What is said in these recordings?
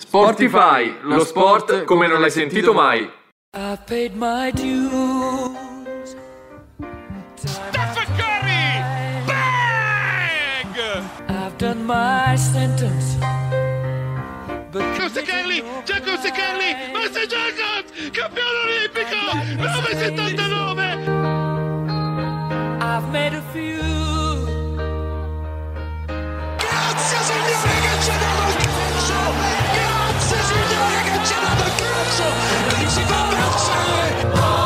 Sportify, lo sport come non l'hai sentito mai. I've paid my dues. Stephen Curry! Bang! I've done my sentence. Jacobs Kelly! Master Jacobs! Campione olimpico! 979! I've made a few. Grazie signore che ci ha dato il calcio! Grazie signore che ci ha dato il calcio! Non si può pensare!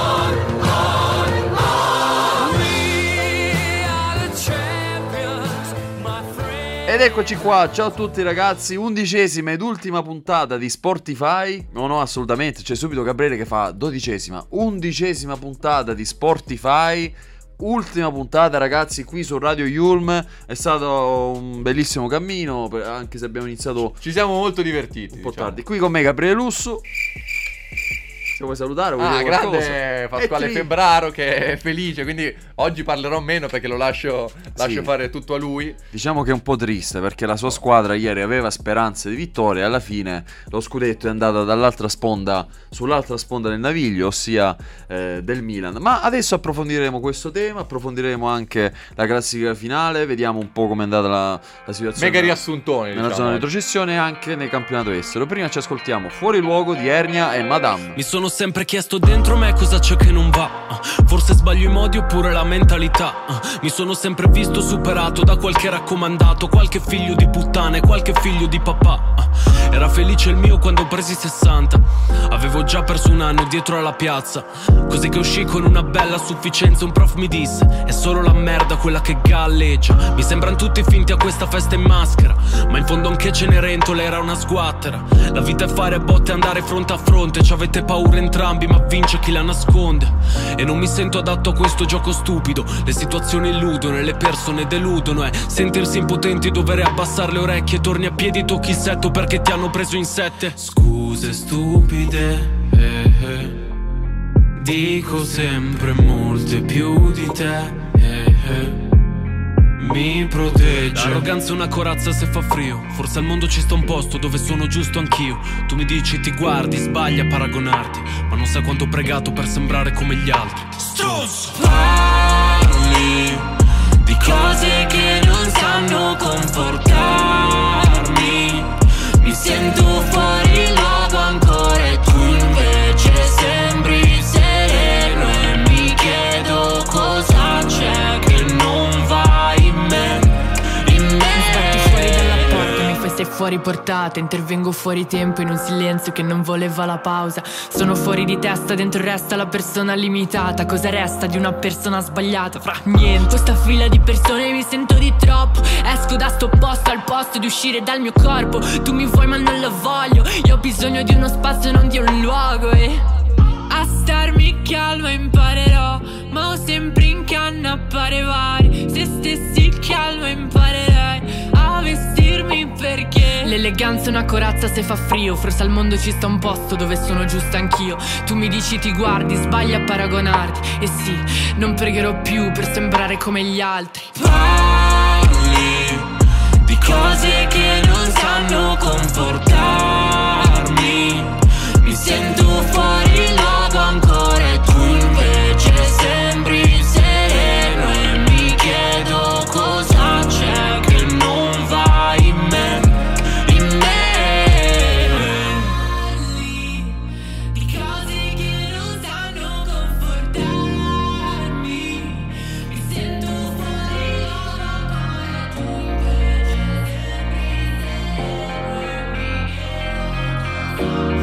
We are the champions, my friend. Ed eccoci qua, ciao a tutti ragazzi, 11ª ed ultima puntata di Sportify. No, assolutamente, c'è subito Gabriele che fa 12ª, 11ª puntata di Sportify. Ultima puntata ragazzi qui su Radio Yulm. È stato un bellissimo cammino, anche se abbiamo iniziato Ci siamo molto divertiti un po' tardi. Qui con me Gabriele Lusso. Se vuoi salutare, vuoi dire qualcosa? Grande Pasquale Febbraro che è felice, quindi oggi parlerò meno perché lo lascio fare tutto a lui. Diciamo che è un po' triste perché la sua squadra ieri aveva speranze di vittoria e alla fine lo scudetto è andato sull'altra sponda del naviglio, ossia del Milan. Ma adesso approfondiremo questo tema, approfondiremo anche la classifica finale, vediamo un po' com'è andata la situazione. Mega riassuntone nella zona di retrocessione e anche nel campionato estero. Prima ci ascoltiamo Fuori luogo di Ernia e Madame. Mi sono sempre chiesto dentro me cosa c'è che non va. Forse sbaglio i modi oppure la mentalità. Mi sono sempre visto superato da qualche raccomandato, qualche figlio di puttana e qualche figlio di papà. Era felice il mio quando ho presi 60. Avevo già perso un anno dietro alla piazza. Così che uscì con una bella sufficienza. Un prof mi disse: è solo la merda quella che galleggia. Mi sembran tutti finti a questa festa in maschera, ma in fondo anche Cenerentola era una sguattera. La vita è fare botte e andare fronte a fronte. Ci avete paura entrambi ma vince chi la nasconde. E non mi sento adatto a questo gioco stupido. Le situazioni illudono e le persone deludono. Sentirsi impotenti e dover abbassare le orecchie. Torni a piedi, tocchi il setto perché ti hanno preso in sette. Scuse stupide, dico sempre molte più di te, mi protegge. L'arroganza è una corazza se fa frio. Forse al mondo ci sta un posto dove sono giusto anch'io. Tu mi dici ti guardi, sbagli a paragonarti, ma non sai quanto ho pregato per sembrare come gli altri. Struz! Parli di cose che non sanno confortarmi. Mi sento fuori luogo ancora e tu invece sembri sereno. E mi chiedo cosa c'è che non va in me. Sbatti fuori dalla porta, mi fai stai fuori portata. Intervengo fuori tempo in un silenzio che non voleva la pausa. Sono fuori di testa, dentro resta la persona limitata. Cosa resta di una persona sbagliata? Fra niente. Questa fila di persone mi sento di troppo. Esco da sto posto al posto di uscire dal mio corpo. Tu mi vuoi ma non lo voglio. Io ho bisogno di uno spazio, non di un luogo. E a starmi calma imparerò, ma ho sempre in canna a pare vari. Se stessi calma imparerei a vestirmi perché l'eleganza è una corazza se fa frio. Forse al mondo ci sta un posto dove sono giusta anch'io. Tu mi dici ti guardi, sbagli a paragonarti. E sì, non pregherò più per sembrare come gli altri. Parli di cose che non sanno confortarmi. Mi sento fuori luogo ancora e tu invece sembri sereno. E mi chiedo cosa c'è che non va in me, in me. Parli di cose che non sanno confortarmi. Mi sento fuori luogo ancora e tu invece sembri sereno. E mi chiedo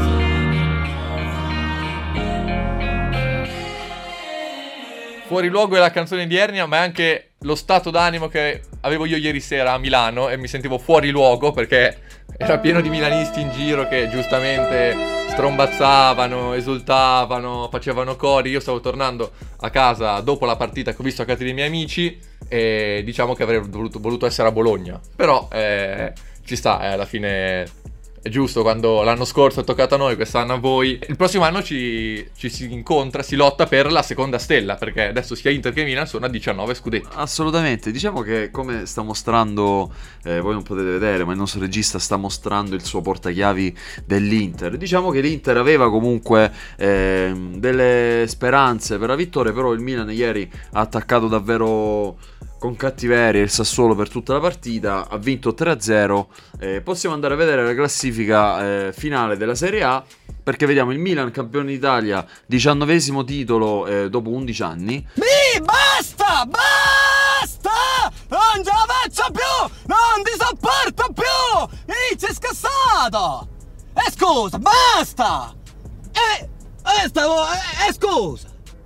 Fuori luogo è la canzone di Ernia, ma è anche lo stato d'animo che avevo io ieri sera a Milano e mi sentivo fuori luogo perché era pieno di milanisti in giro che giustamente strombazzavano, esultavano, facevano cori. Io stavo tornando a casa dopo la partita che ho visto a casa dei miei amici e diciamo che avrei voluto essere a Bologna, però ci sta, alla fine è giusto, quando l'anno scorso è toccato a noi, quest'anno a voi, il prossimo anno ci si incontra, si lotta per la seconda stella, perché adesso sia Inter che Milan sono a 19 scudetti. Assolutamente, diciamo che come sta mostrando, voi non potete vedere, ma il nostro regista sta mostrando il suo portachiavi dell'Inter. Diciamo che l'Inter aveva comunque delle speranze per la vittoria, però il Milan ieri ha attaccato davvero con cattiveria il Sassuolo per tutta la partita, ha vinto 3-0. Possiamo andare a vedere la classifica finale della Serie A, perché vediamo il Milan campione d'Italia, 19esimo titolo dopo 11 anni. Basta! Basta! Non ce la faccio più! Non ti sopporto più! Inizio è scassato! Scusa, basta! Scusa!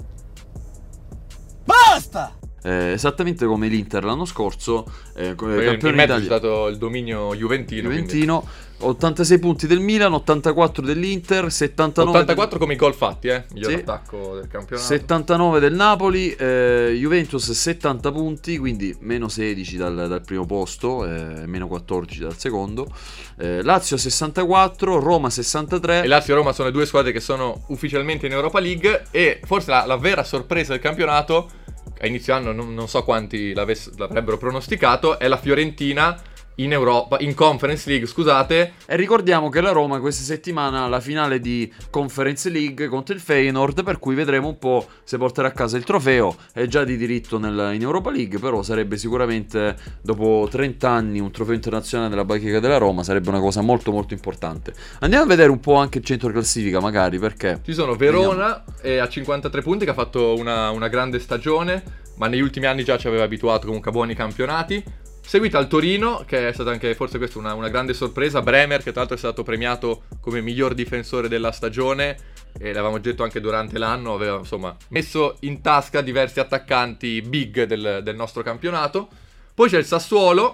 Basta! Esattamente come l'Inter l'anno scorso, campione In mezzo d'Italia. c'è stato il dominio juventino. Juventino, 86 punti del Milan, 84 dell'Inter, 79 84 come i gol fatti, miglior Sì. attacco del campionato. 79 del Napoli, Juventus 70 punti, quindi meno 16 dal primo posto, meno 14 dal secondo, Lazio 64, Roma 63. E Lazio e Roma sono le due squadre che sono ufficialmente in Europa League, e forse la vera sorpresa del campionato, a inizio anno non so quanti l'avrebbero pronosticato, è la Fiorentina in Europa, in Conference League, scusate. E ricordiamo che la Roma questa settimana ha la finale di Conference League contro il Feyenoord, per cui vedremo un po' se porterà a casa il trofeo. È già di diritto in Europa League, però sarebbe sicuramente, dopo 30 anni, un trofeo internazionale della bacheca della Roma, sarebbe una cosa molto molto importante. Andiamo a vedere un po' anche il centro classifica, magari, perché Ci sono Verona a 53 punti, che ha fatto una grande stagione, ma negli ultimi anni già ci aveva abituato comunque a buoni campionati. Seguita al Torino, che è stata anche forse questa una grande sorpresa. Bremer, che tra l'altro è stato premiato come miglior difensore della stagione, e l'avevamo detto anche durante l'anno, aveva insomma messo in tasca diversi attaccanti big del nostro campionato. Poi c'è il Sassuolo,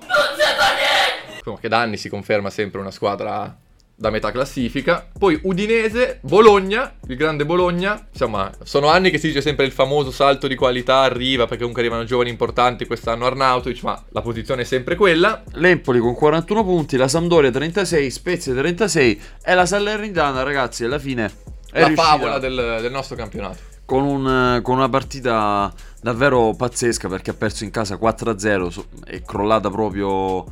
insomma, che da anni si conferma sempre una squadra da metà classifica. Poi Udinese, Bologna, il grande Bologna. Insomma, sono anni che si dice sempre il famoso salto di qualità arriva, perché comunque arrivano giovani importanti, quest'anno Arnautovic, ma la posizione è sempre quella. l'Empoli con 41 punti, la Sampdoria 36, Spezia 36 e la Salernitana, ragazzi, alla fine è La riuscita favola del nostro campionato. con una partita davvero pazzesca, perché ha perso in casa 4-0, è crollata proprio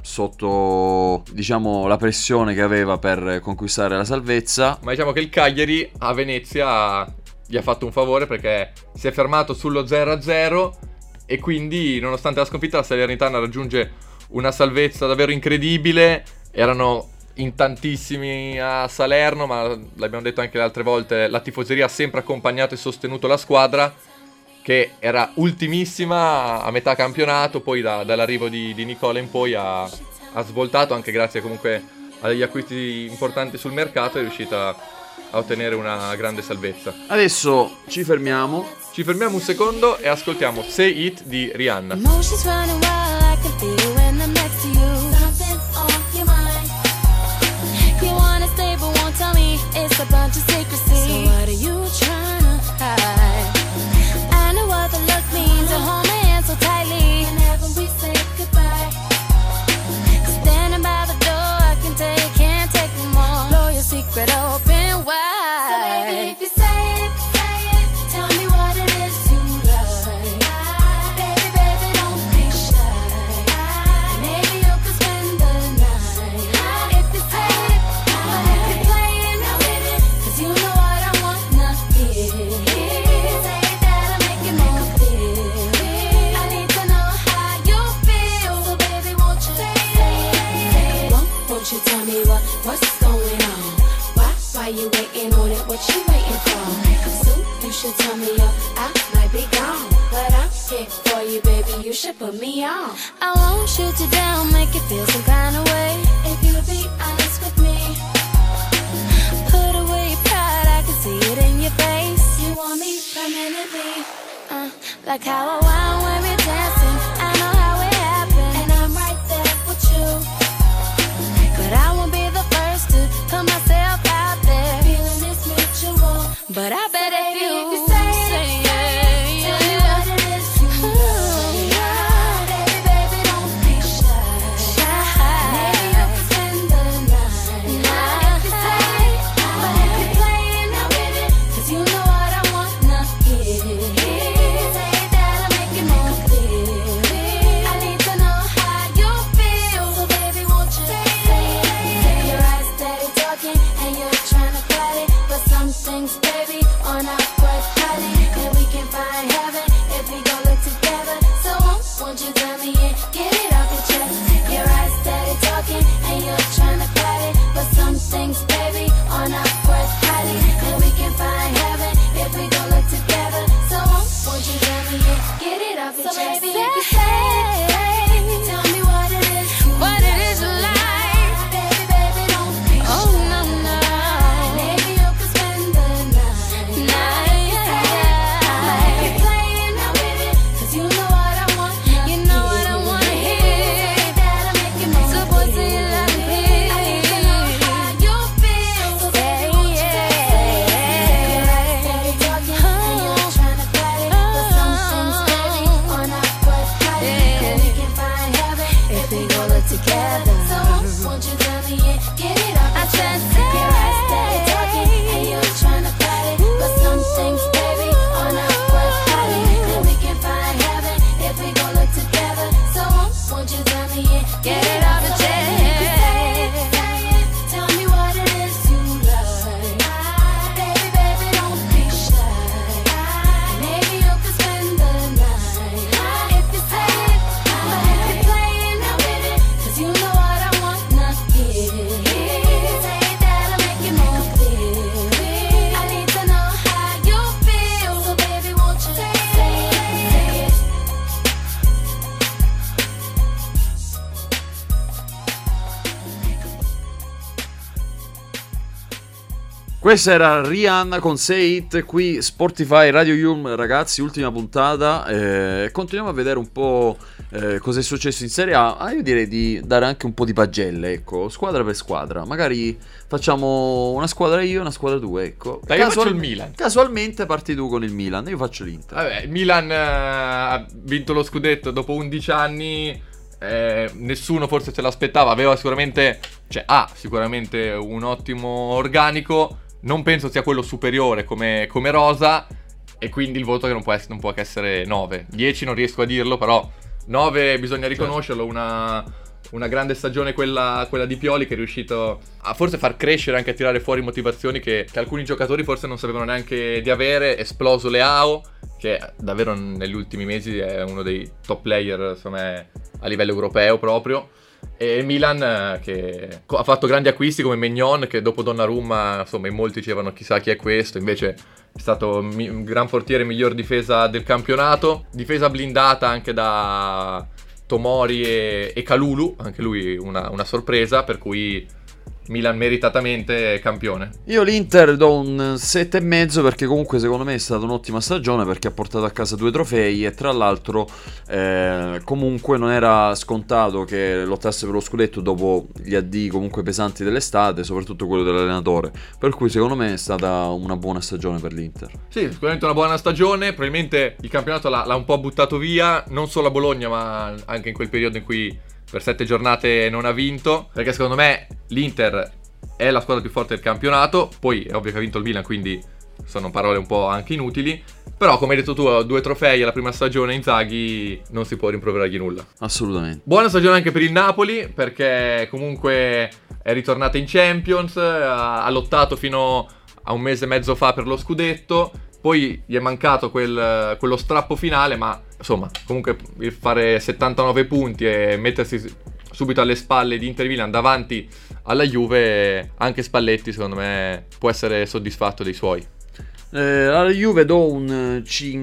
sotto, diciamo, la pressione che aveva per conquistare la salvezza. Ma diciamo che il Cagliari a Venezia gli ha fatto un favore, perché si è fermato sullo 0-0, e quindi nonostante la sconfitta la Salernitana raggiunge una salvezza davvero incredibile. Erano in tantissimi a Salerno, ma l'abbiamo detto anche le altre volte, la tifoseria ha sempre accompagnato e sostenuto la squadra, che era ultimissima a metà campionato. Poi dall'arrivo di Nicola in poi ha svoltato, anche grazie comunque agli acquisti importanti sul mercato, è riuscita a ottenere una grande salvezza. Adesso ci fermiamo. Ci fermiamo un secondo e ascoltiamo Say It di Rihanna. Emotions running wild, I can feel when I'm next to you. Something's on your mind. You wanna stay but won't tell me. It's a bunch of secrecy. So what are you trying to hide? I know what the look means. To hold my hand so tightly whenever we say goodbye. Standing by the door, I can tell you can't take no more. Blow your secret open wide. So baby, if you say it, tell me what it is you like. Baby, don't be shy. Maybe you could spend the night. If you say it, if you're playing with it, 'cause you know what I wanna hear. Say that'll make it more clear. I need to know how you feel. So baby, won't you say it? Won't you tell me what's going on? Why you waiting on it? What you waiting for? Soon you should tell me I might be gone, but I'm here for you, baby. You should put me on. I won't shoot you down, make you feel some kind of way. If you be honest with me, put away your pride, I can see it in your face. You want me permanently, like how I wound when we're dancing. I know how it happened, and I'm right there with you. But I won't be the first to put myself out there. Feeling is mutual, but I bet if you say it, tell me what it is you like. Baby, don't be shy. Maybe you can spend the night. things, baby, on our first body. And we can find heaven if we go look together. So won't you tell me and get it off your chest? Your eyes steady talking and you're trying to fight it. But some things, baby, on our first body. And we can find heaven if we go look together. So won't you tell me and get it off your chest? Baby, if you say, tell me what it is you like. Baby, don't be shy. Oh, no. Maybe you could spend the night. Be playing now with it, 'cause you know what I want. You know what I want to hear. That'll make you move. So boy, say you love me. I need to know how you feel. So baby, won't you say it? Your eyes steady talking and you're trying to fight it. But some things, baby, on our first body. And we can find heaven if we go look together. So won't you tell me and get it off your chest? Your eyes steady talking and you're trying to fight it. But some things, baby, on our first body. And we can find heaven if we go look together. So won't you tell me and get it off your chest? Tell me what it is you like. Baby, don't be shy. Maybe you could spend the night. If you say it, but if you're playing now with it, 'cause you know what I want, not here. Say it, that'll make you more clear. I need to know how you feel. So baby, won't you say it? Questa era Rihanna con Say It, qui Spotify Radio Yulm, ragazzi, ultima puntata. Continuiamo a vedere un po' cosa è successo in Serie A. Io direi di dare anche un po' di pagelle, ecco, squadra per squadra. Magari facciamo una squadra io, una squadra tu, ecco. Dai, io faccio il Milan. Casualmente parti tu con il Milan, io faccio l'Inter. Vabbè, il Milan ha vinto lo scudetto dopo 11 anni. Nessuno forse se l'aspettava. Aveva sicuramente, ha sicuramente un ottimo organico. Non penso sia quello superiore come rosa. E quindi il voto che non può che essere 9. 10 non riesco a dirlo, però 9 bisogna riconoscerlo. Una grande stagione quella di Pioli, che è riuscito a forse far crescere, anche a tirare fuori motivazioni che alcuni giocatori forse non sapevano neanche di avere. Esploso Leao, che davvero negli ultimi mesi è uno dei top player, insomma, a livello europeo proprio. E Milan che ha fatto grandi acquisti come Maignan, che dopo Donnarumma, insomma, in molti dicevano chissà chi è questo, invece è stato un gran portiere, miglior difesa del campionato. Difesa blindata anche da Tomori e Kalulu, anche lui una sorpresa, per cui Milan meritatamente campione. Io l'Inter do un 7,5 perché comunque secondo me è stata un'ottima stagione, perché ha portato a casa 2 trofei e tra l'altro comunque non era scontato che lottasse per lo scudetto dopo gli addii comunque pesanti dell'estate, soprattutto quello dell'allenatore, per cui secondo me è stata una buona stagione per l'Inter. Sì, sicuramente una buona stagione. Probabilmente il campionato l'ha un po' buttato via, non solo a Bologna ma anche in quel periodo in cui per 7 giornate non ha vinto, perché secondo me l'Inter è la squadra più forte del campionato. Poi è ovvio che ha vinto il Milan, quindi sono parole un po' anche inutili, però come hai detto tu, 2 trofei alla prima stagione, Inzaghi non si può rimproverargli nulla. Assolutamente. Buona stagione anche per il Napoli, perché comunque è ritornata in Champions, ha lottato fino a un mese e mezzo fa per lo scudetto. Poi gli è mancato quello strappo finale, ma insomma, comunque il fare 79 punti e mettersi subito alle spalle di Inter Milan davanti alla Juve, anche Spalletti secondo me può essere soddisfatto dei suoi. Alla Juve do un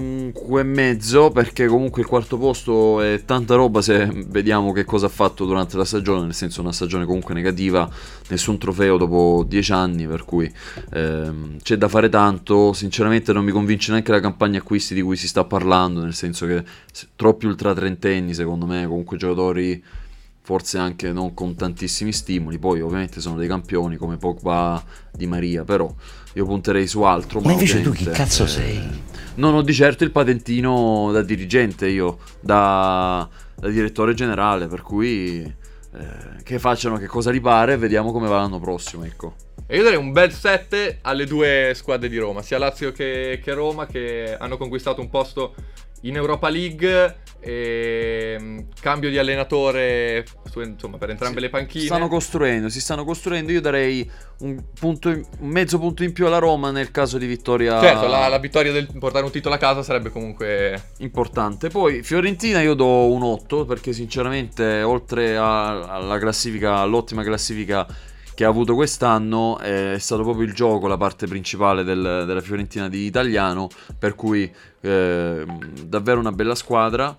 5,5 perché comunque il quarto posto è tanta roba se vediamo che cosa ha fatto durante la stagione, nel senso una stagione comunque negativa, nessun trofeo dopo 10 anni, per cui c'è da fare tanto. Sinceramente non mi convince neanche la campagna acquisti di cui si sta parlando, nel senso che troppi ultratrentenni secondo me, comunque giocatori forse anche non con tantissimi stimoli. Poi ovviamente sono dei campioni come Pogba, Di Maria, però io punterei su altro. Ma invece tu chi cazzo sei? Non ho di certo il patentino da dirigente, io da direttore generale, per cui che facciano che cosa gli pare, vediamo come va l'anno prossimo, ecco. E io darei un bel 7 alle due squadre di Roma, sia Lazio che Roma, che hanno conquistato un posto in Europa League e cambio di allenatore insomma per entrambe le panchine. Si stanno costruendo. Io darei un mezzo punto in più alla Roma nel caso di vittoria. Certo, la vittoria del portare un titolo a casa sarebbe comunque importante. Poi Fiorentina io do un 8 perché sinceramente oltre alla classifica, all'ottima classifica che ha avuto quest'anno, è stato proprio il gioco la parte principale della Fiorentina di Italiano, per cui davvero una bella squadra.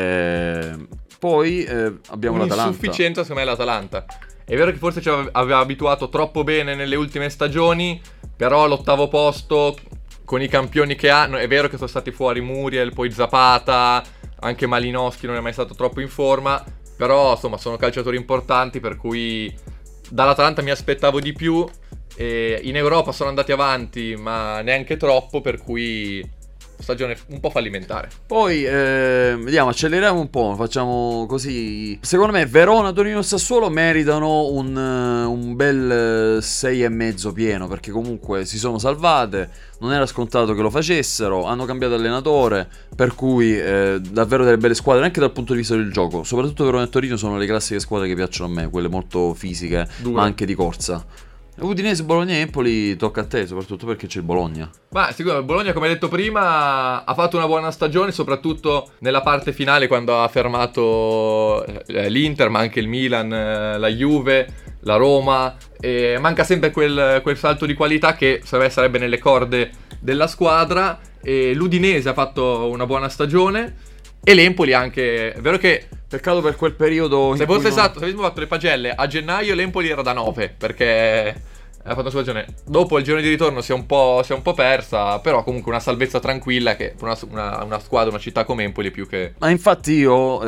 Poi abbiamo l'Atalanta. Insufficienza secondo me è l'Atalanta. È vero che forse ci aveva abituato troppo bene nelle ultime stagioni, però all'8° posto con i campioni che hanno, è vero che sono stati fuori Muriel, poi Zapata, anche Malinowski non è mai stato troppo in forma, però insomma sono calciatori importanti, per cui dall'Atalanta mi aspettavo di più. In Europa sono andati avanti ma neanche troppo, per cui stagione un po' fallimentare. Poi vediamo, acceleriamo un po', facciamo così. Secondo me Verona, Torino e Sassuolo meritano un bel 6,5 pieno, perché comunque si sono salvate, non era scontato che lo facessero, hanno cambiato allenatore, per cui davvero delle belle squadre anche dal punto di vista del gioco. Soprattutto Verona e Torino sono le classiche squadre che piacciono a me, quelle molto fisiche, ma anche di corsa. Udinese, Bologna e Empoli tocca a te, soprattutto perché c'è il Bologna. Ma sicuramente il Bologna, come hai detto prima, ha fatto una buona stagione, soprattutto nella parte finale, quando ha fermato l'Inter, ma anche il Milan, la Juve, la Roma. E manca sempre quel salto di qualità che sarebbe nelle corde della squadra. E l'Udinese ha fatto una buona stagione, e l'Empoli anche. È vero che peccato per quel periodo. Se avessimo fatto le pagelle a gennaio, l'Empoli era da 9, perché ha fatto una stagione. Dopo il girone di ritorno si è un po' persa, però comunque una salvezza tranquilla, che per una squadra, una città come Empoli, più che. Ma infatti io,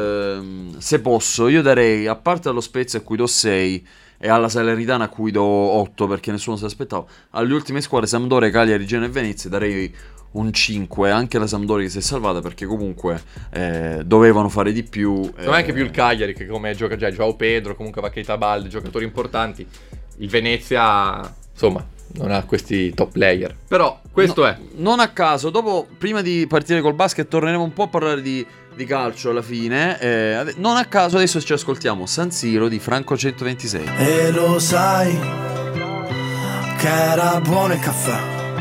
se posso, io darei, a parte allo Spezia a cui do 6 e alla Salernitana a cui do 8, perché nessuno se l'aspettava, alle ultime squadre Sampdoria, Cagliari, Genoa e Venezia darei un 5, anche la Sampdoria che si è salvata, perché comunque dovevano fare di più. Secondo me anche più il Cagliari, che come gioca già Joao Pedro, comunque Vacheita Balde, giocatori importanti. Il Venezia, insomma, non ha questi top player. Però questo è. Non a caso, dopo, prima di partire col basket, torneremo un po' a parlare di calcio alla fine. Non a caso adesso ci ascoltiamo San Siro di Franco 126. E lo sai che era buono il caffè.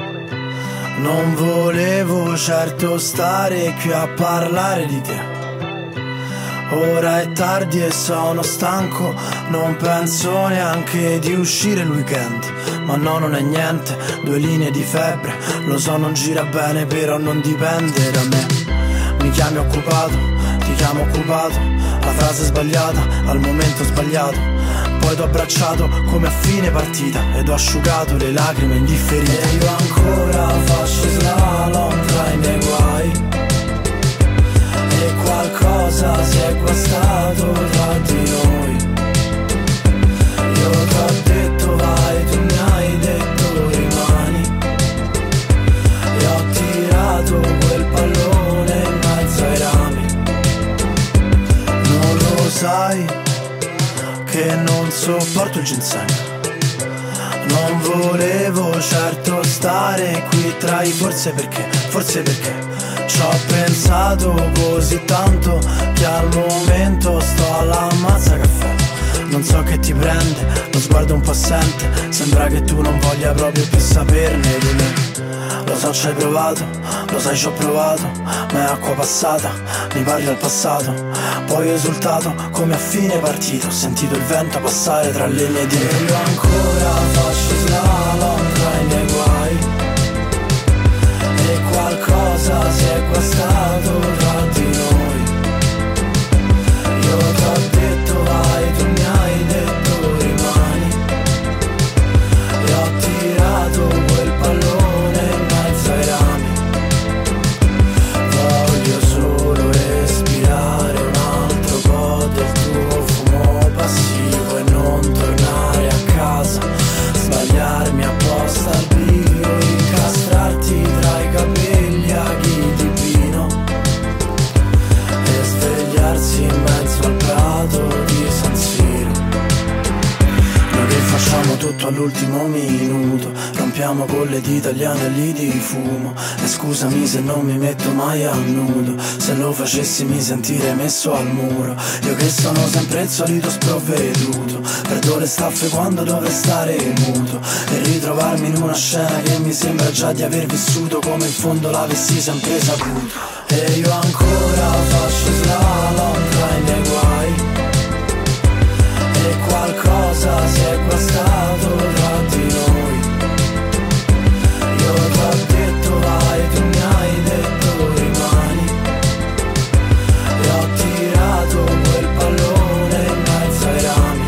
Non volevo certo stare qui a parlare di te. Ora è tardi e sono stanco, non penso neanche di uscire il weekend. Ma no, non è niente, 2 linee di febbre. Lo so, non gira bene, però non dipende da me. Mi chiami occupato, ti chiamo occupato. La frase sbagliata, al momento sbagliato. Poi t'ho abbracciato come a fine partita ed ho asciugato le lacrime indifferite. E io ancora faccio slalom tra i miei guai. E qualcosa si è guastato tra di noi. Io t'ho detto vai, tu mi hai detto rimani. E ho tirato quel pallone in mezzo ai rami. Non lo sai che non sopporto il ginseng. Non volevo certo stare qui tra i forse perché ci ho pensato così tanto che al momento sto all'ammazza caffè. Non so che ti prende, lo sguardo un po' assente. Sembra che tu non voglia proprio più saperne di me. Lo so ci hai provato, lo sai ci ho provato, ma è acqua passata, mi parli al passato. Poi ho esultato come a fine partita, ho sentito il vento passare tra le mie dita. Io ancora faccio slalom tra i miei guai. E qualcosa si è guastato tra di noi. Io t'ho detto vai, tu mi hai detto rimani. E ho tirato quel pallone in mezzo ai rami. Voglio solo respirare un altro po' del tuo fumo passivo e non tornare a casa, sbagliarmi apposta al bio, incastrarti tra i capelli aghi di pino e svegliarsi in mezzo al prato di San Siro. Noi che facciamo tutto all'ultimo minuto, rompiamo Tappiamo con le dita gli anelli di fumo. E scusami se non mi metto mai a nudo, se lo facessi mi sentirei messo al muro. Io che sono sempre il solito sprovveduto, perdo le staffe quando dovrei stare muto, e ritrovarmi in una scena che mi sembra già di aver vissuto, come in fondo l'avessi sempre saputo. E io ancora faccio slalom tra i miei guai, e qualcosa si è guastato tra di noi. Io ti ho detto vai, tu mi hai detto rimani, e ho tirato quel pallone in mezzo ai rami.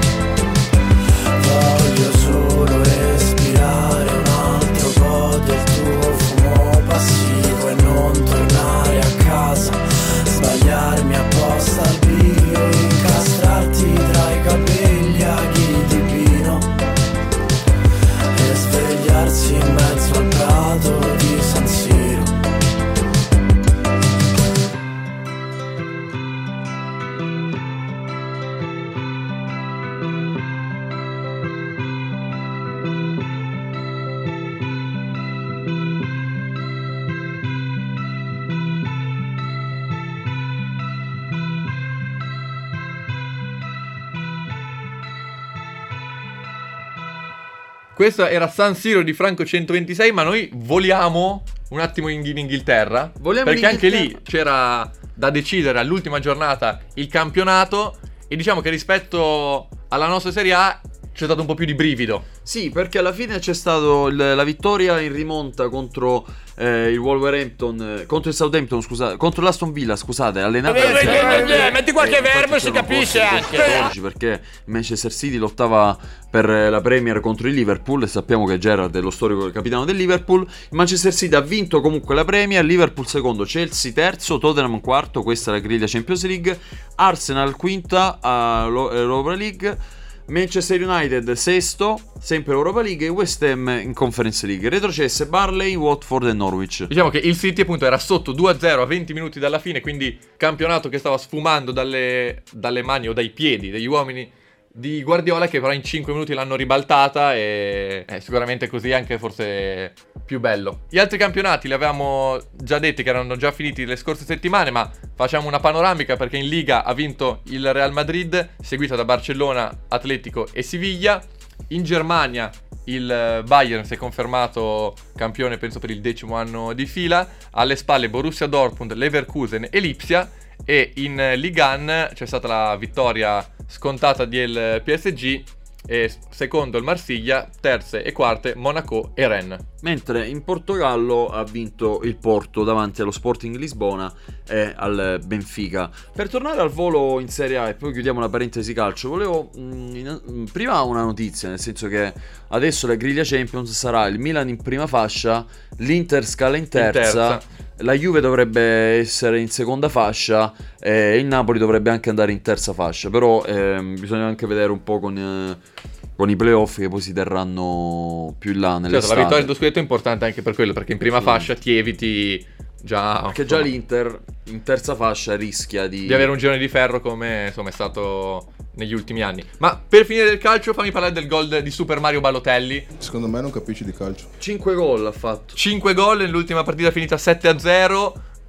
Voglio solo respirare un altro po' del tuo fumo passivo e non tornare a casa, sbagliarmi apposta al bio, incastrarti tra i capelli aghi di pino e svegliarsi in mezzo al prato di San Siro. Questo era San Siro di Franco 126, ma noi voliamo un attimo in Inghilterra. Voliamo perché in anche Inghilterra. lì c'era da decidere all'ultima giornata il campionato, e diciamo che rispetto alla nostra Serie A c'è stato un po' più di brivido. Sì, perché alla fine c'è stato la vittoria in rimonta contro il Wolverhampton, contro il Southampton, scusate, contro l'Aston Villa, scusate, allenato metti qualche verbo, si capisce anche. Perché il Manchester City lottava per la Premier contro il Liverpool, e sappiamo che Gerrard è lo storico capitano del Liverpool. Il Manchester City ha vinto comunque la Premier, Liverpool secondo, Chelsea terzo, Tottenham quarto, questa è la griglia Champions League, Arsenal quinta all'Europa League, Manchester United sesto, sempre Europa League, e West Ham in Conference League. Retrocesse Burnley, Watford e Norwich. Diciamo che il City appunto era sotto 2-0 a 20 minuti dalla fine, quindi campionato che stava sfumando dalle mani o dai piedi degli uomini di Guardiola, che però in 5 minuti l'hanno ribaltata, e sicuramente così anche forse più bello. Gli altri campionati li avevamo già detti che erano già finiti le scorse settimane, ma facciamo una panoramica perché in Liga ha vinto il Real Madrid, seguito da Barcellona, Atletico e Siviglia. In Germania il Bayern si è confermato campione, penso per il 10° anno di fila, alle spalle Borussia Dortmund, Leverkusen e Lipsia, e in Ligue 1 c'è stata la vittoria scontata del PSG, e secondo il Marsiglia, terze e quarte Monaco e Rennes. Mentre in Portogallo ha vinto il Porto davanti allo Sporting Lisbona e al Benfica. Per tornare al volo in Serie A e poi chiudiamo la parentesi calcio, volevo prima una notizia, nel senso che adesso la griglia Champions sarà il Milan in prima fascia, l'Inter scala in terza. La Juve dovrebbe essere in seconda fascia e il Napoli dovrebbe anche andare in terza fascia, però bisogna anche vedere un po' con i playoff che poi si terranno più in là nell'estate. Certo, la vittoria dello scudetto è importante anche per quello, perché in prima fascia ti eviti già... Perché già l'Inter in terza fascia rischia di avere un girone di ferro come insomma è stato negli ultimi anni. Ma per finire del calcio fammi parlare del gol di Super Mario Balotelli. Secondo me non capisci di calcio. 5 gol ha fatto. 5 gol nell'ultima partita finita 7-0.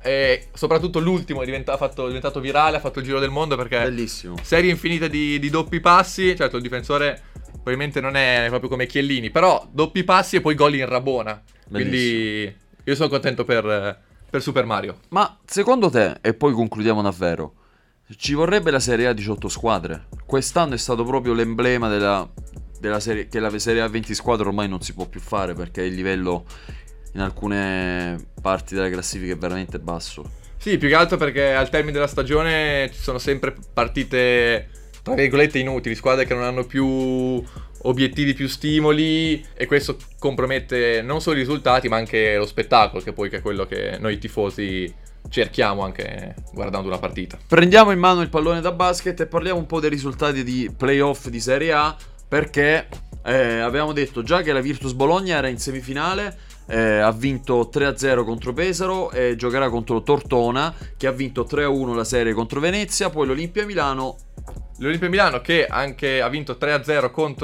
E soprattutto l'ultimo è diventato virale, ha fatto il giro del mondo perché bellissimo. Serie infinita di doppi passi. Certo, il difensore probabilmente non è proprio come Chiellini, però doppi passi e poi gol in rabona. Bellissimo. Quindi io sono contento per Super Mario. Ma secondo te, e poi concludiamo davvero, ci vorrebbe la Serie A 18 squadre? Quest'anno è stato proprio l'emblema della serie, che la Serie A 20 squadre ormai non si può più fare, perché il livello in alcune parti della classifica è veramente basso. Sì, più che altro perché al termine della stagione ci sono sempre partite tra virgolette inutili, squadre che non hanno più obiettivi, più stimoli, e questo compromette non solo i risultati ma anche lo spettacolo, che poi che è quello che noi tifosi cerchiamo anche guardando una partita. Prendiamo in mano il pallone da basket e parliamo un po' dei risultati di playoff di Serie A, perché avevamo detto già che la Virtus Bologna era in semifinale, ha vinto 3-0 contro Pesaro e giocherà contro Tortona, che ha vinto 3-1 la serie contro Venezia. Poi l'Olimpia Milano che anche ha vinto 3-0 contro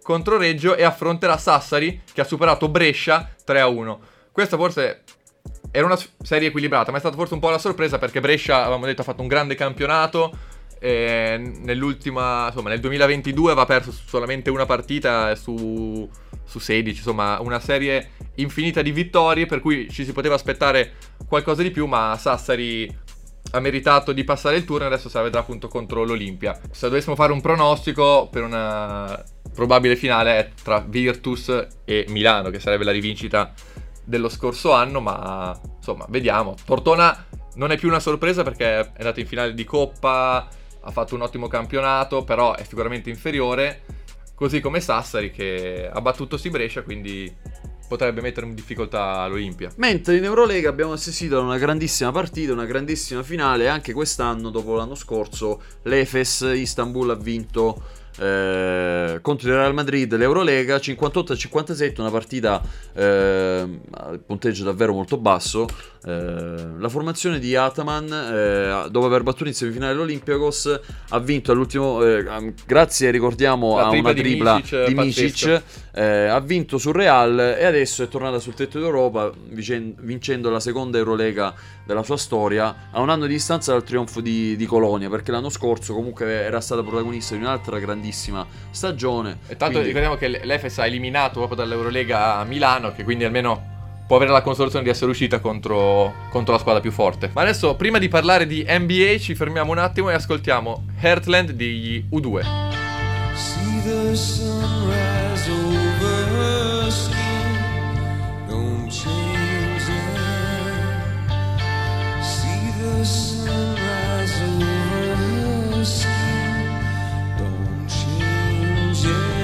contro Reggio e affronterà Sassari che ha superato Brescia 3-1. Questa forse era una serie equilibrata, ma è stata forse un po' la sorpresa perché Brescia, avevamo detto, ha fatto un grande campionato. Nell'ultima, insomma, nel 2022 aveva perso solamente una partita su 16, insomma, una serie infinita di vittorie, per cui ci si poteva aspettare qualcosa di più, ma Sassari ha meritato di passare il turno e adesso se la vedrà appunto contro l'Olimpia. Se dovessimo fare un pronostico per una probabile finale è tra Virtus e Milano, che sarebbe la rivincita dello scorso anno, ma insomma, vediamo. Tortona non è più una sorpresa perché è andato in finale di Coppa, ha fatto un ottimo campionato, però è sicuramente inferiore, così come Sassari che ha battuto Brescia, quindi potrebbe mettere in difficoltà l'Olimpia. Mentre in Eurolega abbiamo assistito a una grandissima partita, una grandissima finale, anche quest'anno, dopo l'anno scorso, l'Efes Istanbul ha vinto contro il Real Madrid l'Eurolega 58-57, una partita punteggio davvero molto basso. La formazione di Ataman, dopo aver battuto in semifinale l'Olympiakos, ha vinto all'ultimo grazie, ricordiamo, a una tripla di Micic, ha vinto sul Real e adesso è tornata sul tetto d'Europa vincendo la seconda Eurolega della sua storia, a un anno di distanza dal trionfo di Colonia, perché l'anno scorso comunque era stata protagonista di un'altra grandissima stagione. E tanto ricordiamo che l'Efes ha eliminato proprio dall'Eurolega a Milano, che quindi almeno può avere la consolazione di essere uscita contro la squadra più forte. Ma adesso, prima di parlare di NBA, ci fermiamo un attimo e ascoltiamo Heartland degli U2. See the sunrise over skin, don't change it. See the sunrise over skin, don't change it.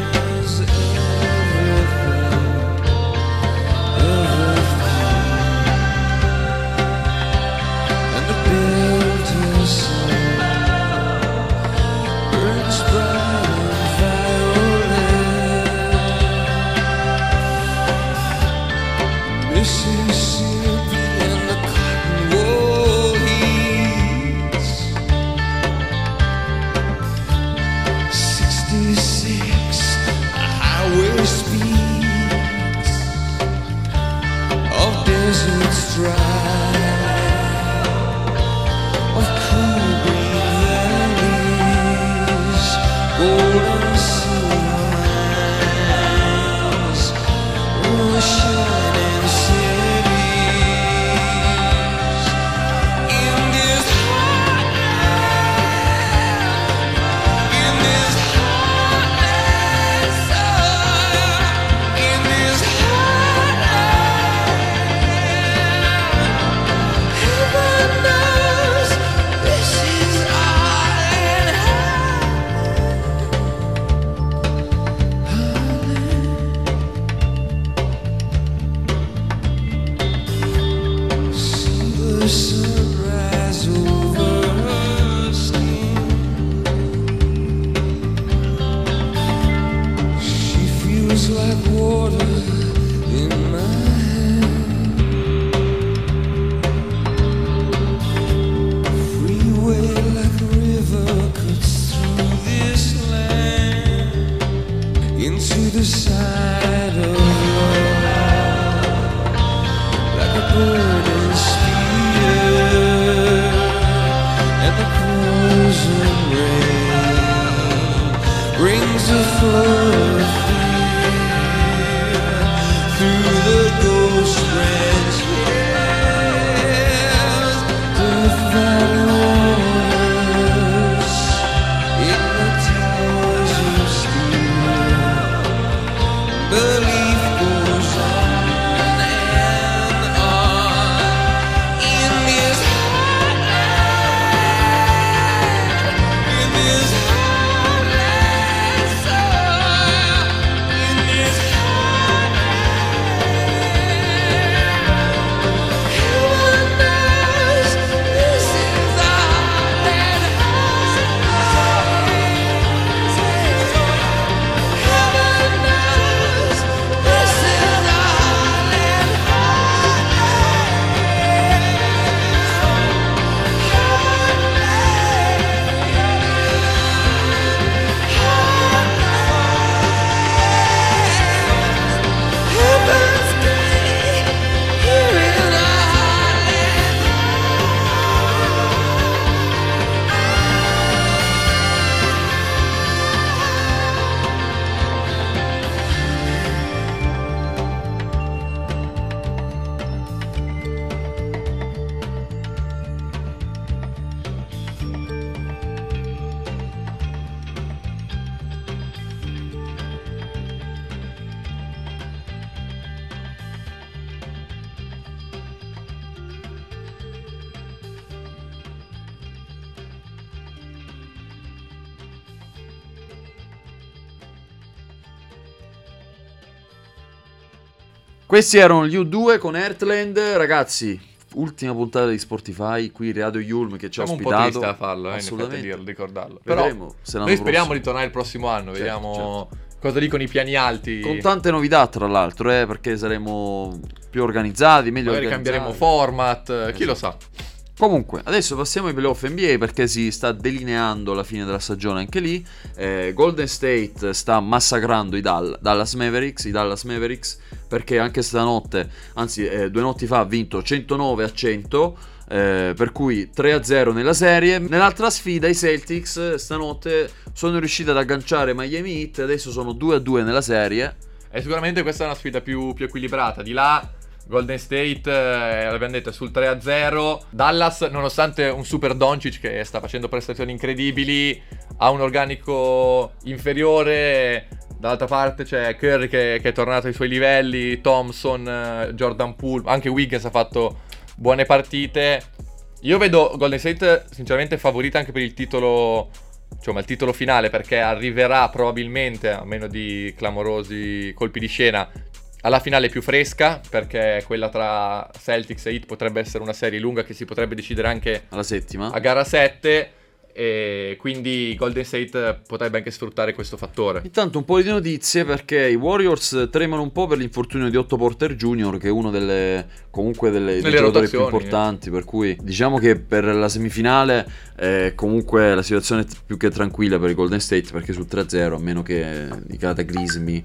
Questi erano gli U2 con Heartland, ragazzi. Ultima puntata di Spotify, qui Radio Yulm che ci ha Siamo ospitato. un po' triste a farlo, assolutamente, dirlo, ricordarlo. Vedremo Però noi speriamo di tornare il prossimo anno, vediamo cosa dicono i piani alti. Con tante novità tra l'altro, perché saremo più organizzati, meglio magari organizzati. Cambieremo format, chi lo sa. Comunque, adesso passiamo ai playoff NBA perché si sta delineando la fine della stagione anche lì. Golden State sta massacrando i Dallas Mavericks, perché anche stanotte, anzi 2 notti fa, ha vinto 109-100, per cui 3-0 nella serie. Nell'altra sfida i Celtics stanotte sono riusciti ad agganciare Miami Heat, adesso sono 2-2 nella serie. E sicuramente questa è una sfida più equilibrata. Di là Golden State, l'abbiamo detto, è sul 3-0. Dallas, nonostante un super Doncic che sta facendo prestazioni incredibili, ha un organico inferiore. Dall'altra parte c'è Curry che è tornato ai suoi livelli, Thompson, Jordan Poole, anche Wiggins ha fatto buone partite. Io vedo Golden State sinceramente favorita anche per il titolo, insomma il titolo finale, perché arriverà probabilmente, a meno di clamorosi colpi di scena, alla finale più fresca, perché quella tra Celtics e Heat potrebbe essere una serie lunga che si potrebbe decidere anche alla settima, a gara 7, e quindi Golden State potrebbe anche sfruttare questo fattore. Intanto un po' di notizie, perché i Warriors tremano un po' per l'infortunio di Otto Porter Jr., che è uno dei giocatori più importanti, per cui diciamo che per la semifinale comunque la situazione è più che tranquilla per i Golden State, perché sul 3-0, a meno che di cataclismi,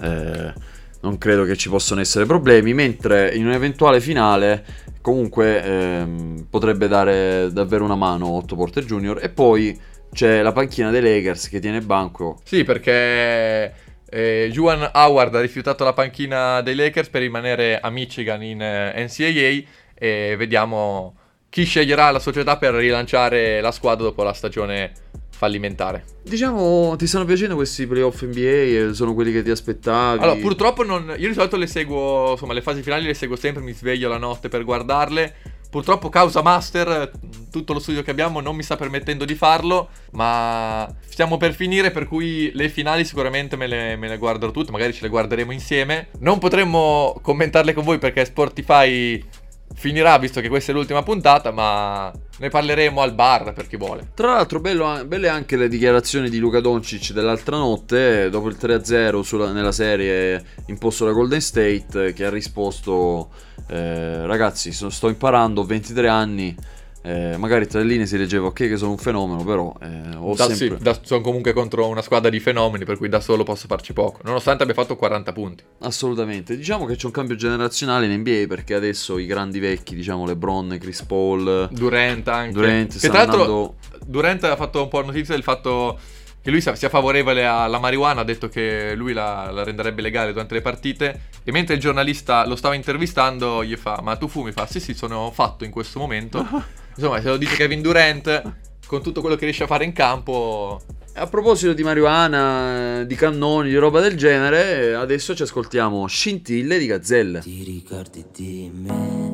non credo che ci possano essere problemi, mentre in un'eventuale finale comunque potrebbe dare davvero una mano Otto Porter Jr. E poi c'è la panchina dei Lakers che tiene banco. Sì, perché Juwan Howard ha rifiutato la panchina dei Lakers per rimanere a Michigan in NCAA, e vediamo chi sceglierà la società per rilanciare la squadra dopo la stagione fallimentare. Diciamo, ti stanno piacendo questi playoff NBA? Sono quelli che ti aspettavi? Allora, purtroppo io di solito le seguo, insomma, le fasi finali le seguo sempre, mi sveglio la notte per guardarle. Purtroppo causa Master, tutto lo studio che abbiamo non mi sta permettendo di farlo, ma stiamo per finire, per cui le finali sicuramente me le guarderò tutte, magari ce le guarderemo insieme. Non potremmo commentarle con voi perché Spotify finirà, visto che questa è l'ultima puntata, ma ne parleremo al bar per chi vuole. Tra l'altro belle anche le dichiarazioni di Luka Doncic dell'altra notte, dopo il 3-0 nella serie imposto da Golden State, che ha risposto ragazzi, sto imparando, ho 23 anni, magari tra le linee si leggeva ok che sono un fenomeno, però sono comunque contro una squadra di fenomeni, per cui da solo posso farci poco, nonostante abbia fatto 40 punti. Assolutamente. Diciamo che c'è un cambio generazionale in NBA, perché adesso i grandi vecchi, diciamo LeBron, Chris Paul, Durant anche, Durant, che tra l'altro Durant ha fatto un po' notizia del fatto che lui sia favorevole alla marijuana, ha detto che lui la renderebbe legale durante le partite, e mentre il giornalista lo stava intervistando gli fa: ma tu fumi? Fa: sì, sono fatto in questo momento. Insomma, se lo dice Kevin Durant, con tutto quello che riesce a fare in campo. A proposito di marijuana, di cannoni, di roba del genere, adesso ci ascoltiamo Scintille di Gazzelle. Ti ricordi di me?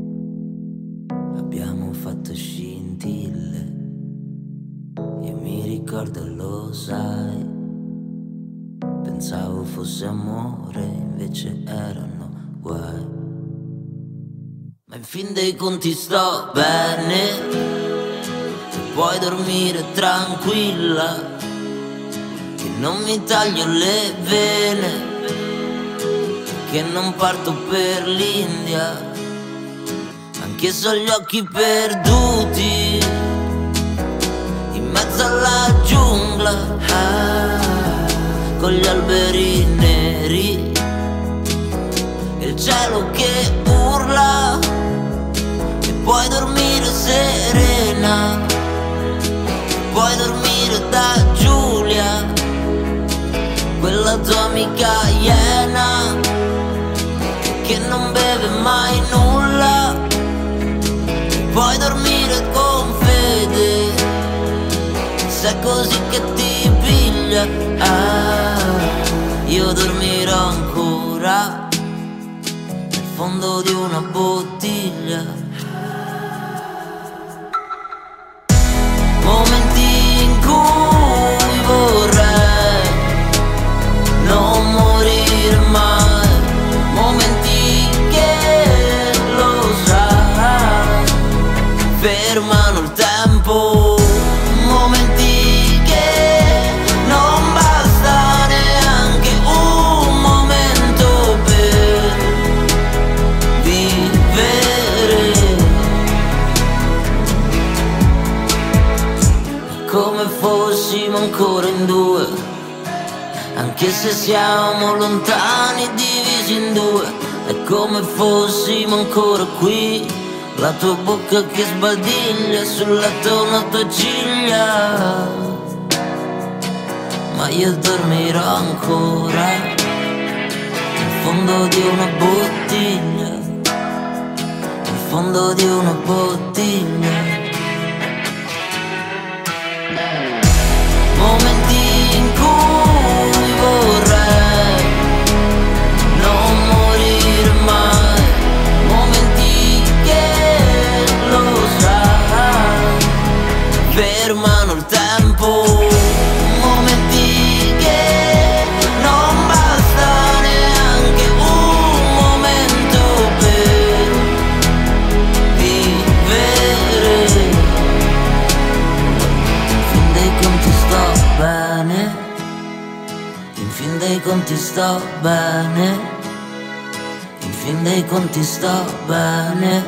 Abbiamo fatto scintille. Io mi ricordo e lo sai. Pensavo fosse amore, invece erano guai. Ma in fin dei conti sto bene, e puoi dormire tranquilla, che non mi taglio le vene, che non parto per l'India, anche se ho gli occhi perduti in mezzo alla giungla, con gli alberi neri e il cielo che urla. Puoi dormire serena, puoi dormire da Giulia, quella tua amica iena che non beve mai nulla. Puoi dormire con fede, se è così che ti piglia. Io dormirò ancora nel fondo di una bottiglia. Momenti in cui vorrei non morire mai, momenti Anche se siamo lontani, divisi in due, è come fossimo ancora qui. La tua bocca che sbadiglia sul letto una tua ciglia, ma io dormirò ancora in fondo di una bottiglia, in fondo di una bottiglia. Momenti in cui vorrei non morire mai, momenti che lo sai fermano il tempo, momenti che non basta neanche un momento per vivere. In fin dei conti sto bene, in fin dei conti sto bene,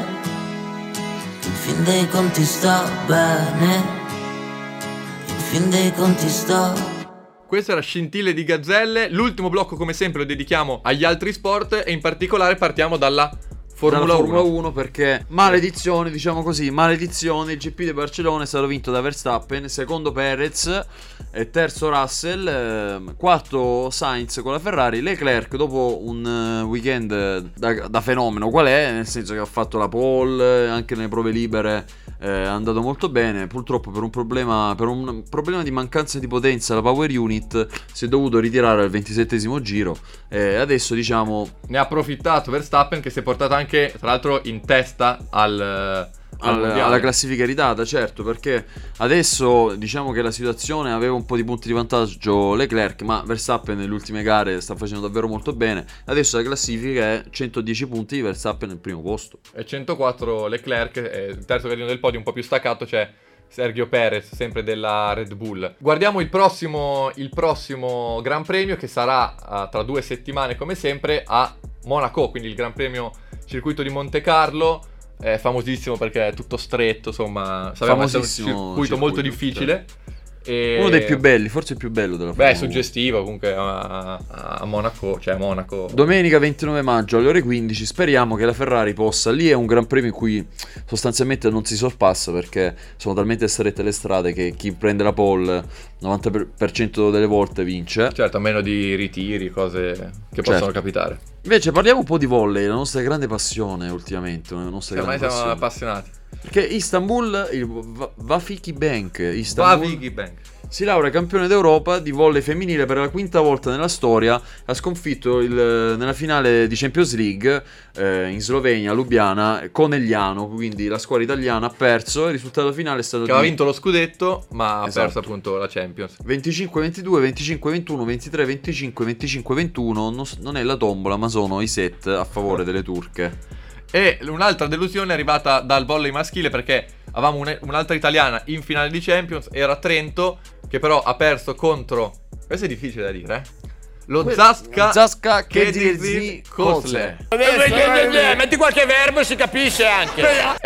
in fin dei conti sto bene, in fin dei conti sto. Questa era Scintille di Gazzelle. L'ultimo blocco, come sempre, lo dedichiamo agli altri sport e in particolare partiamo dalla Formula 1 perché maledizione, diciamo così, maledizione, il GP di Barcellona è stato vinto da Verstappen, secondo Perez e terzo Russell, quarto Sainz con la Ferrari. Leclerc dopo un weekend da fenomeno qual è, nel senso che ha fatto la pole, anche nelle prove libere è andato molto bene, purtroppo per un problema di mancanza di potenza la power unit si è dovuto ritirare al 27esimo giro e adesso diciamo ne ha approfittato Verstappen, che si è portato anche tra l'altro in testa alla classifica ridata, certo, perché adesso diciamo che la situazione aveva un po' di punti di vantaggio Leclerc, ma Verstappen nelle ultime gare sta facendo davvero molto bene. Adesso la classifica è 110 punti, Verstappen al primo posto e 104 Leclerc, e il terzo gradino del podio un po' più staccato c'è Sergio Perez, sempre della Red Bull. Guardiamo il prossimo Gran Premio, che sarà tra 2 settimane come sempre a Monaco, quindi il Gran Premio circuito di Monte Carlo. È famosissimo perché è tutto stretto, insomma, sappiamo essere un circuito molto difficile. Certo. E... uno dei più belli, forse il più bello della Formula 1. Suggestivo comunque a Monaco, cioè a Monaco. Domenica 29 maggio alle ore 15, speriamo che la Ferrari possa, lì è un Gran Premio in cui sostanzialmente non si sorpassa perché sono talmente strette le strade che chi prende la pole 90% delle volte vince. Certo, a meno di ritiri, cose che possono capitare. Invece parliamo un po' di volley, la nostra grande passione ultimamente, la nostra grande ormai siamo passione. Appassionati. Perché Istanbul, il Vafiki Bank si laurea campione d'Europa di volley femminile per la quinta volta nella storia. Ha sconfitto nella finale di Champions League in Slovenia, Lubiana, Conegliano, quindi la squadra italiana ha perso. Il risultato finale è stato che aveva vinto lo scudetto, ma ha perso appunto la Champions. 25-22, 25-21, 23-25, 25-21. Non è la tombola, ma sono i set a favore delle turche. E un'altra delusione è arrivata dal volley maschile, perché avevamo un'altra italiana in finale di Champions, era Trento, che però ha perso contro, questo è difficile da dire, lo Zasca Kedizzi Kosle. Metti qualche verbo e si capisce anche.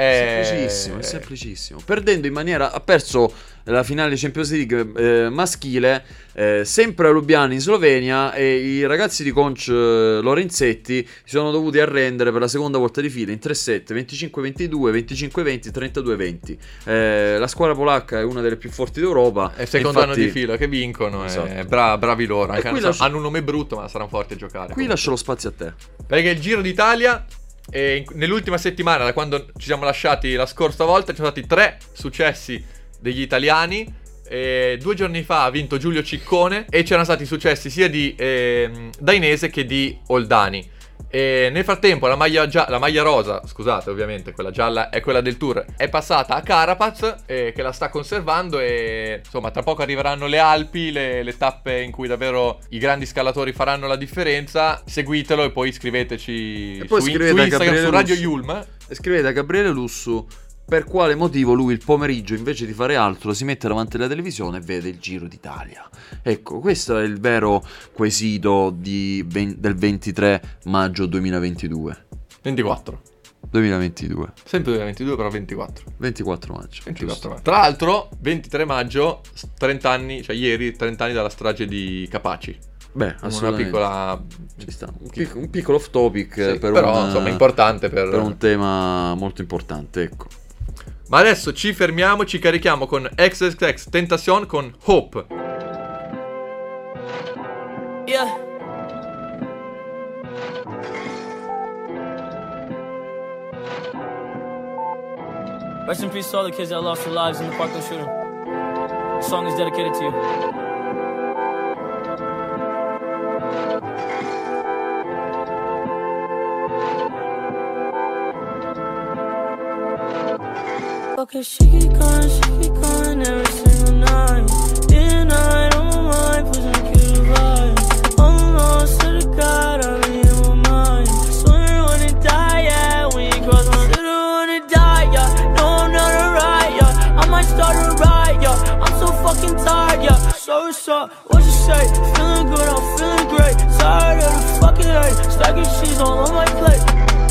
È semplicissimo. Perdendo in maniera, ha perso la finale di Champions League maschile sempre a Lubiana in Slovenia, e i ragazzi di coach Lorenzetti si sono dovuti arrendere per la seconda volta di fila in 3-7, 25-22, 25-20, 32-20. La squadra polacca è una delle più forti d'Europa, è il secondo anno di fila che vincono. Esatto. Bravi loro, anche hanno un nome brutto, ma saranno forti a giocare. Qui lascio lo spazio a te, perché il Giro d'Italia nell'ultima settimana, da quando ci siamo lasciati la scorsa volta, ci sono stati 3 successi degli italiani. 2 giorni fa ha vinto Giulio Ciccone e c'erano stati successi sia di Dainese che di Oldani. E nel frattempo la maglia rosa, scusate, ovviamente quella gialla è quella del Tour, è passata a Carapaz, che la sta conservando, e insomma tra poco arriveranno le Alpi, le tappe in cui davvero i grandi scalatori faranno la differenza. Seguitelo e poi iscriveteci su Instagram, su Radio Yulm, e scrivete a Gabriele Lussu per quale motivo lui il pomeriggio, invece di fare altro, si mette davanti alla televisione e vede il Giro d'Italia. Ecco, questo è il vero quesito del 23 maggio 2022. 24. 2022. Sempre 2022, però 24. 24 maggio. 24 maggio. Tra l'altro, 23 maggio, 30 anni, cioè ieri, 30 anni dalla strage di Capaci. Beh, una assolutamente. piccola... Ci sta. Un piccolo off topic, Sì, per però insomma importante per un tema molto importante, ecco. Ma adesso ci fermiamo, ci carichiamo con XXX Tentacion con Hope. Yeah. Rest in peace to all the kids that lost their lives in the Parkland shooting. The song is dedicated to you. Okay, she keep going every single night. Day and night on my mind, pushing a killer vibe. Almost to the God, I be in my mind. Swear I wanna die, yeah, when you cross my line. I wanna die, yeah, no I'm not alright, yeah. I might start a riot, yeah, I'm so fucking tired, yeah. So what's up, what you say? Feeling good, I'm feeling great. Tired of the fucking hate, stacking cheese all on my plate.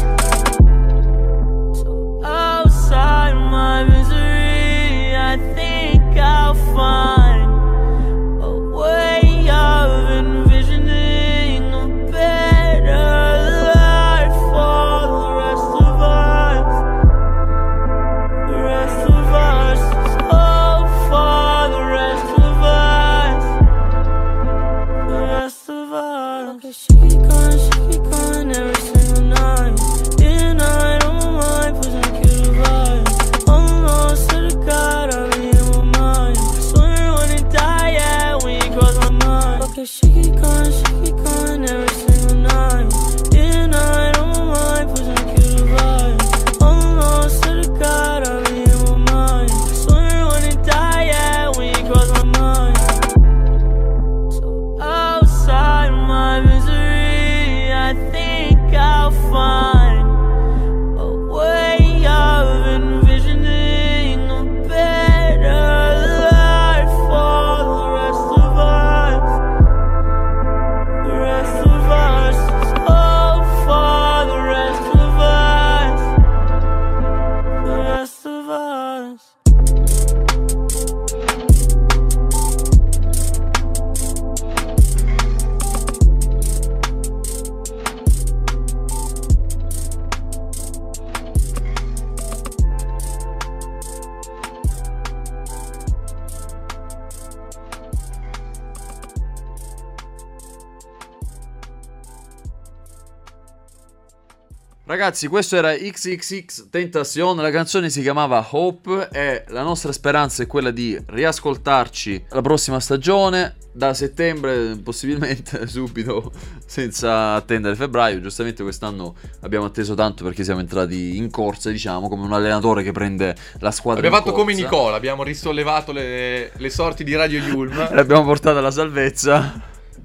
Outside my misery, I think I'll find a way of envisioning a better life for the rest of us. The rest of us, oh, for the rest of us. The rest of us. Okay, she keep going every single night. Day and night on my mind, pushing a killer vibe. Almost to the God, I be in my mind. Swear I wanna die, yeah, when you cross my mind. Okay, she keep going every single night. Day and night on my mind, pushing a killer vibe. Almost to the God, I be in my mind. Swear I wanna die, yeah, when you cross my mind. So outside my misery, I think I'll find a way of envisioning a better life for the rest of us. The rest of us, oh, for the rest of us. The rest of us. Ragazzi, questo era XXX Tentacion, la canzone si chiamava Hope e la nostra speranza è quella di riascoltarci la prossima stagione, da settembre possibilmente subito, senza attendere febbraio. Giustamente quest'anno abbiamo atteso tanto perché siamo entrati in corsa, diciamo, come un allenatore che prende la squadra Abbiamo in fatto corsa. come Nicola, abbiamo risollevato le sorti di Radio Yulm. L'abbiamo portata alla salvezza.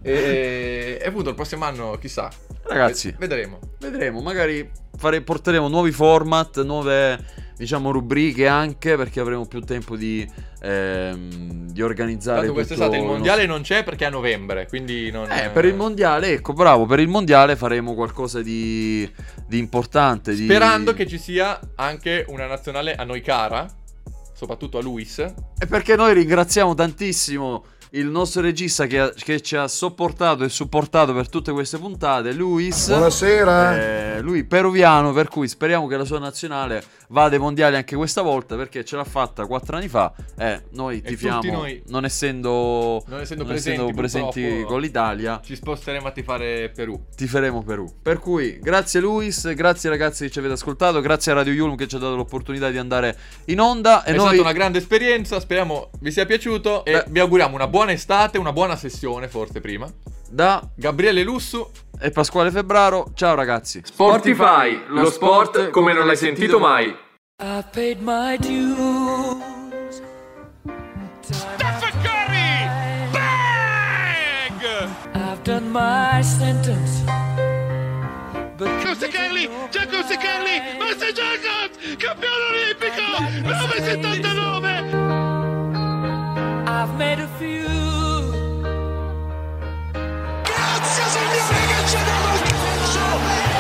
E appunto il prossimo anno, chissà. Ragazzi, vedremo, magari porteremo nuovi format, nuove, diciamo, rubriche anche, perché avremo più tempo di organizzare. Tanto quest'estate il mondiale non c'è perché è a novembre, quindi non... per il mondiale, ecco, bravo, per il mondiale faremo qualcosa di importante. Sperando che ci sia anche una nazionale a noi cara, soprattutto a Luis. E perché noi ringraziamo tantissimo il nostro regista che ci ha sopportato e supportato per tutte queste puntate, Luis. Buonasera. Lui peruviano, per cui speriamo che la sua nazionale vada ai mondiali anche questa volta, perché ce l'ha fatta 4 anni fa e noi tifiamo, noi, non essendo presenti con l'Italia, ci sposteremo a tifare Perù. Tiferemo Perù. Per cui grazie Luis, grazie ragazzi che ci avete ascoltato, grazie a Radio Yulm che ci ha dato l'opportunità di andare in onda. È stata una grande esperienza, speriamo vi sia piaciuto e vi auguriamo una buona estate, una buona sessione forse prima. Da Gabriele Lussu e Pasquale Febbraro, ciao ragazzi. Sportify, lo sport come non l'hai sentito mai. I paid my dues. Stephen Curry! Bang! I've done my sentence. Giusto Kelly! Giusto Kelly! Master Jacobs! Campione olimpico! 979! I've made a few. Grazie signore che ci ha dato il calcio!